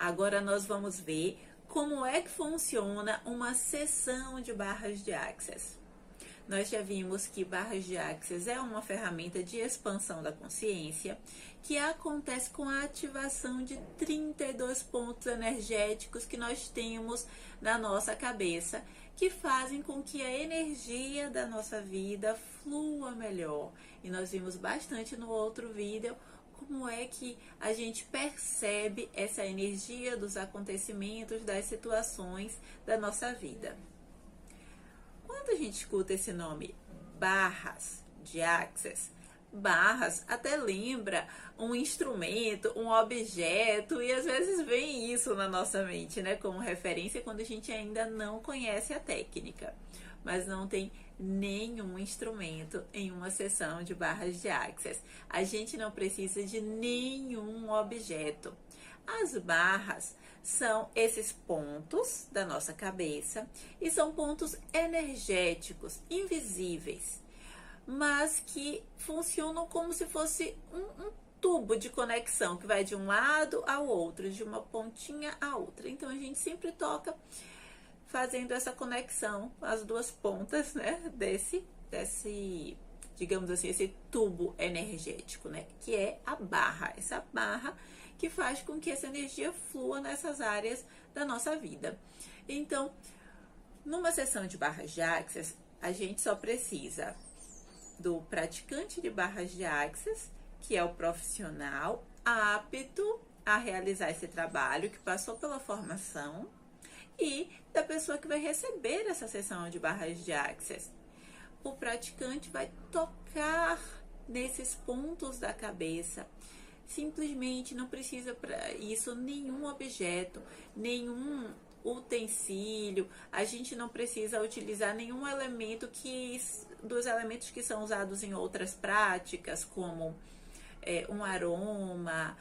Agora nós vamos ver como é que funciona uma sessão de barras de Access. Nós já vimos que barras de Access é uma ferramenta de expansão da consciência que acontece com a ativação de 32 pontos energéticos que nós temos na nossa cabeça, que fazem com que a energia da nossa vida flua melhor. E nós vimos bastante no outro vídeo como é que a gente percebe essa energia dos acontecimentos, das situações da nossa vida. Quando a gente escuta esse nome, barras de Access, barras até lembra um instrumento, um objeto, e às vezes vem isso na nossa mente, né, como referência quando a gente ainda não conhece a técnica. Mas não tem nenhum instrumento em uma sessão de barras de Access. A gente não precisa de nenhum objeto. As barras são esses pontos da nossa cabeça e são pontos energéticos, invisíveis, mas que funcionam como se fosse um tubo de conexão que vai de um lado ao outro, de uma pontinha a outra. Então a gente sempre toca fazendo essa conexão, as duas pontas, né, desse, digamos assim, esse tubo energético, né, que é a barra, essa barra que faz com que essa energia flua nessas áreas da nossa vida. Então, numa sessão de barras de Access, a gente só precisa do praticante de barras de Access, que é o profissional apto a realizar esse trabalho, que passou pela formação, e da pessoa que vai receber essa sessão de barras de Access. O praticante vai tocar nesses pontos da cabeça. Simplesmente não precisa para isso nenhum objeto, nenhum utensílio. A gente não precisa utilizar nenhum elemento dos elementos que são usados em outras práticas, como um aroma,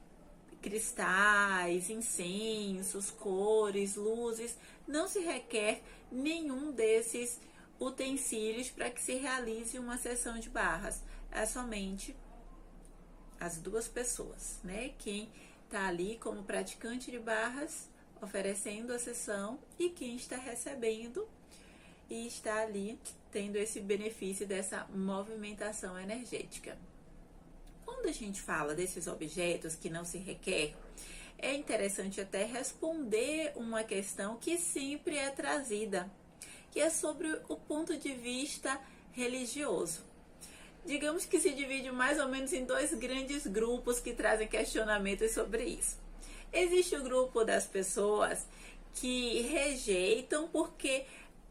cristais, incensos, cores, luzes. Não se requer nenhum desses utensílios para que se realize uma sessão de barras. É somente as duas pessoas, né? Quem está ali como praticante de barras, oferecendo a sessão, e quem está recebendo e está ali tendo esse benefício dessa movimentação energética. Quando a gente fala desses objetos que não se requer, é interessante até responder uma questão que sempre é trazida, que é sobre o ponto de vista religioso. Digamos que se divide mais ou menos em dois grandes grupos que trazem questionamentos sobre isso. Existe o grupo das pessoas que rejeitam porque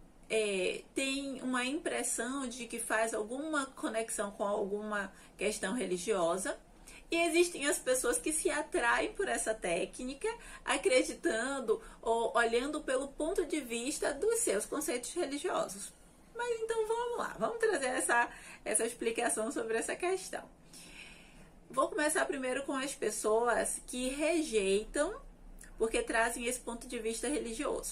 tem uma impressão de que faz alguma conexão com alguma questão religiosa, e existem as pessoas que se atraem por essa técnica, acreditando ou olhando pelo ponto de vista dos seus conceitos religiosos. Mas então vamos lá, vamos trazer essa explicação sobre essa questão. Vou começar primeiro com as pessoas que rejeitam porque trazem esse ponto de vista religioso.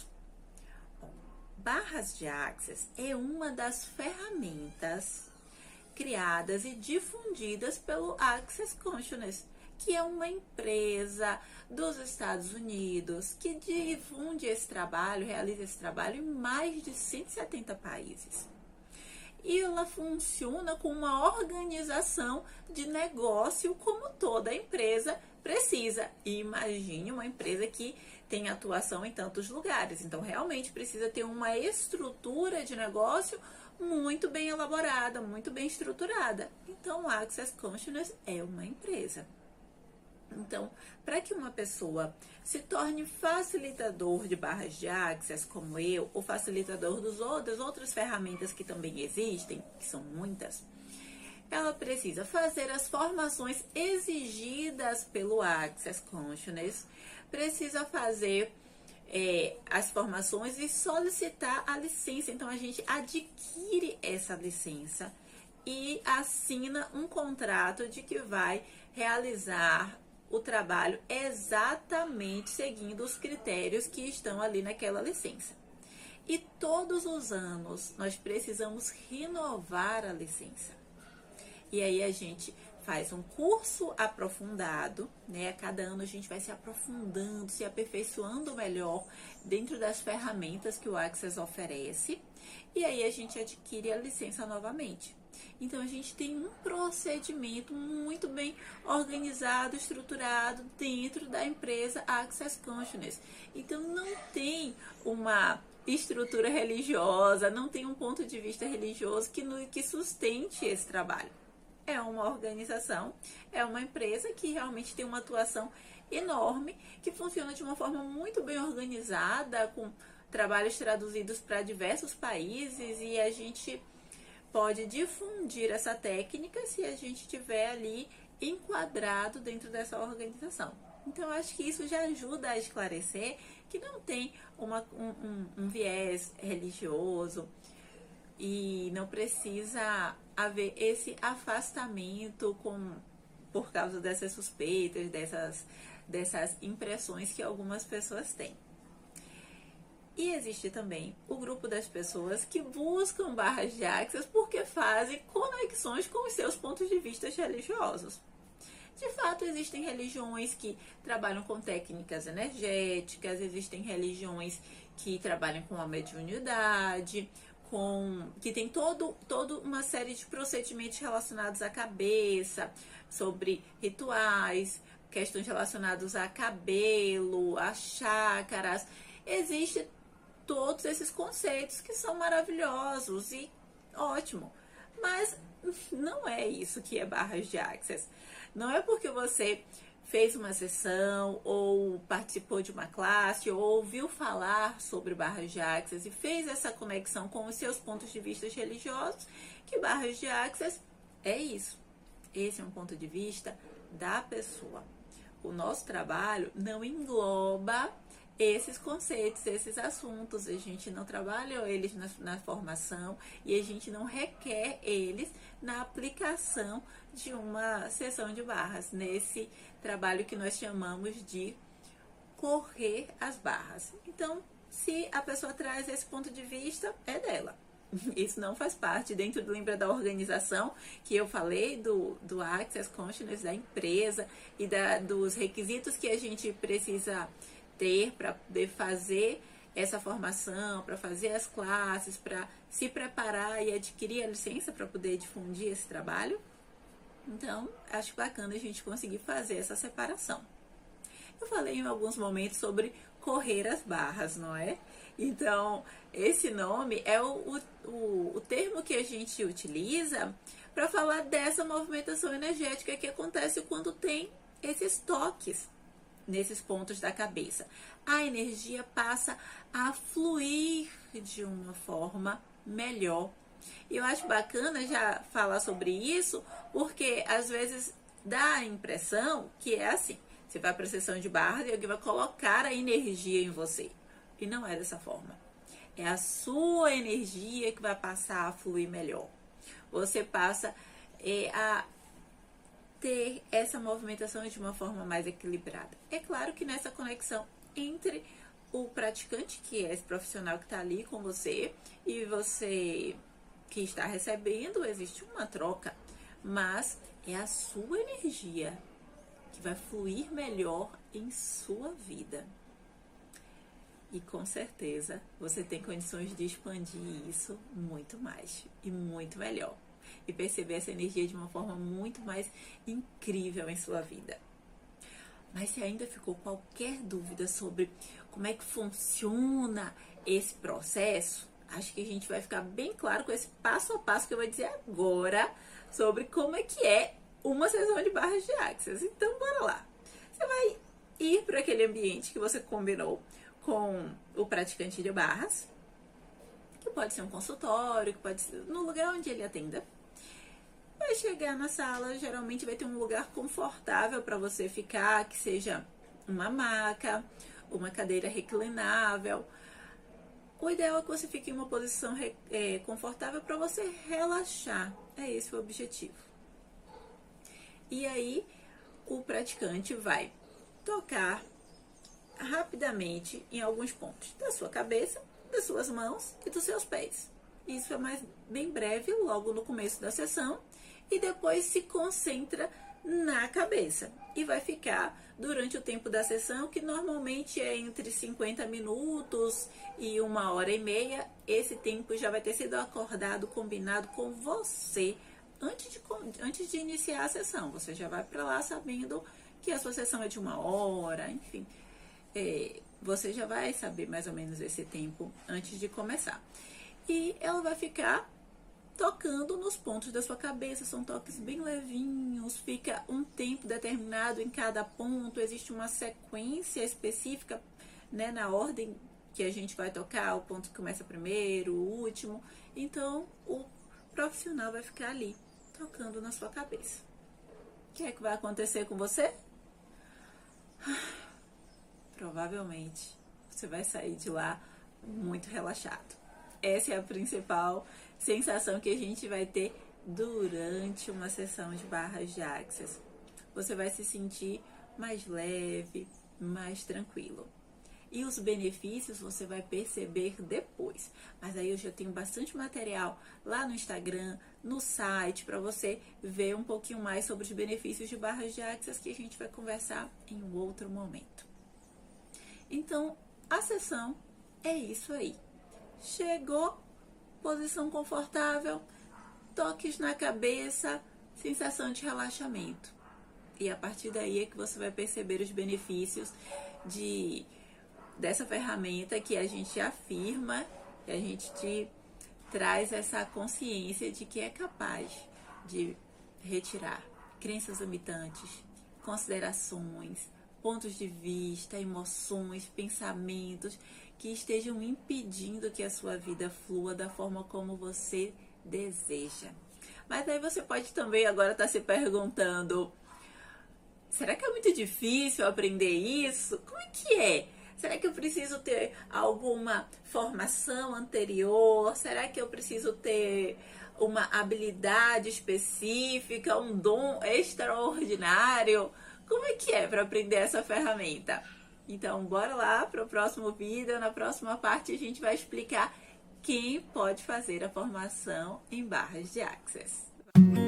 Barras de Access é uma das ferramentas criadas e difundidas pelo Access Consciousness, que é uma empresa dos Estados Unidos que difunde esse trabalho, realiza esse trabalho em mais de 170 países. E ela funciona como uma organização de negócio como toda empresa precisa. E imagine uma empresa que tem atuação em tantos lugares. Então, realmente precisa ter uma estrutura de negócio muito bem elaborada, muito bem estruturada. Então, o Access Consciousness é uma empresa. Então, para que uma pessoa se torne facilitador de barras de Access, como eu, ou facilitador das outras ferramentas que também existem, que são muitas, ela precisa fazer as formações exigidas pelo Access Consciousness, precisa fazer as formações e solicitar a licença. Então, a gente adquire essa licença e assina um contrato de que vai realizar o trabalho exatamente seguindo os critérios que estão ali naquela licença. E todos os anos nós precisamos renovar a licença. E aí a gente faz um curso aprofundado, né? A cada ano a gente vai se aprofundando, se aperfeiçoando melhor dentro das ferramentas que o Access oferece. E aí a gente adquire a licença novamente. Então a gente tem um procedimento muito bem organizado, estruturado dentro da empresa Access Consciousness. Então não tem uma estrutura religiosa, não tem um ponto de vista religioso que sustente esse trabalho. É uma organização, é uma empresa que realmente tem uma atuação enorme, que funciona de uma forma muito bem organizada, com trabalhos traduzidos para diversos países, e a gente pode difundir essa técnica se a gente estiver ali enquadrado dentro dessa organização. Então, acho que isso já ajuda a esclarecer que não tem um viés religioso e não precisa haver esse afastamento por causa dessas suspeitas, dessas impressões que algumas pessoas têm. E existe também o grupo das pessoas que buscam barras de Access porque fazem conexões com os seus pontos de vista religiosos. De fato, existem religiões que trabalham com técnicas energéticas, existem religiões que trabalham com a mediunidade, que tem toda uma série de procedimentos relacionados à cabeça, sobre rituais, questões relacionadas a cabelo, a chácaras. Existem todos esses conceitos que são maravilhosos e ótimo, mas não é isso que é barras de Access. Não é porque você fez uma sessão ou participou de uma classe ou ouviu falar sobre barras de Access e fez essa conexão com os seus pontos de vista religiosos que barras de Access é isso. Esse é um ponto de vista da pessoa. O nosso trabalho não engloba esses conceitos, esses assuntos. A gente não trabalha eles na formação e a gente não requer eles na aplicação de uma sessão de barras, nesse trabalho que nós chamamos de correr as barras. Então, se a pessoa traz esse ponto de vista, é dela. Isso não faz parte dentro da organização que eu falei, do Access Consciousness, da empresa e dos requisitos que a gente precisa ter para poder fazer essa formação, para fazer as classes, para se preparar e adquirir a licença para poder difundir esse trabalho. Então, acho bacana a gente conseguir fazer essa separação. Eu falei em alguns momentos sobre correr as barras, não é? Então, esse nome é o termo que a gente utiliza para falar dessa movimentação energética que acontece quando tem esses toques nesses pontos da cabeça. A energia passa a fluir de uma forma melhor. E eu acho bacana já falar sobre isso, porque às vezes dá a impressão que é assim: você vai para a sessão de barras e alguém vai colocar a energia em você. E não é dessa forma. É a sua energia que vai passar a fluir melhor. Você passa a ter essa movimentação de uma forma mais equilibrada. É claro que nessa conexão entre o praticante, que é esse profissional que está ali com você, e você que está recebendo, existe uma troca, mas é a sua energia que vai fluir melhor em sua vida. E com certeza você tem condições de expandir isso muito mais e muito melhor. E perceber essa energia de uma forma muito mais incrível em sua vida. Mas se ainda ficou qualquer dúvida sobre como é que funciona esse processo, acho que a gente vai ficar bem claro com esse passo a passo que eu vou dizer agora sobre como é que é uma sessão de barras de Access. Então, bora lá. Você vai ir para aquele ambiente que você combinou com o praticante de barras, que pode ser um consultório, que pode ser no lugar onde ele atenda. Vai chegar na sala, geralmente vai ter um lugar confortável para você ficar, que seja uma maca, uma cadeira reclinável. O ideal é que você fique em uma posição confortável para você relaxar. É esse o objetivo. E aí, o praticante vai tocar rapidamente em alguns pontos da sua cabeça, das suas mãos e dos seus pés. Isso é bem breve, logo no começo da sessão, e depois se concentra na cabeça. E vai ficar durante o tempo da sessão, que normalmente é entre 50 minutos e 1h30. Esse tempo já vai ter sido acordado, combinado com você antes de iniciar a sessão. Você já vai para lá sabendo que a sua sessão é de 1 hora, enfim. Você já vai saber mais ou menos esse tempo antes de começar. E ela vai ficar tocando nos pontos da sua cabeça, são toques bem levinhos, fica um tempo determinado em cada ponto, existe uma sequência específica, né, na ordem que a gente vai tocar, o ponto que começa primeiro, o último. Então, o profissional vai ficar ali, tocando na sua cabeça. O que é que vai acontecer com você? Provavelmente você vai sair de lá muito relaxado. Essa é a principal sensação que a gente vai ter durante uma sessão de barras de Access. Você vai se sentir mais leve, mais tranquilo. E os benefícios você vai perceber depois. Mas aí eu já tenho bastante material lá no Instagram, no site, para você ver um pouquinho mais sobre os benefícios de barras de Access, que a gente vai conversar em um outro momento. Então, a sessão é isso aí. Chegou, posição confortável, toques na cabeça, sensação de relaxamento. E a partir daí é que você vai perceber os benefícios dessa ferramenta que a gente afirma, que a gente te traz essa consciência de que é capaz de retirar crenças limitantes, considerações, pontos de vista, emoções, pensamentos que estejam impedindo que a sua vida flua da forma como você deseja. Mas aí você pode também agora estar se perguntando: será que é muito difícil aprender isso? Como é que é? Será que eu preciso ter alguma formação anterior? Será que eu preciso ter uma habilidade específica, um dom extraordinário? Como é que é para aprender essa ferramenta? Então, bora lá para o próximo vídeo. Na próxima parte, a gente vai explicar quem pode fazer a formação em barras de Access.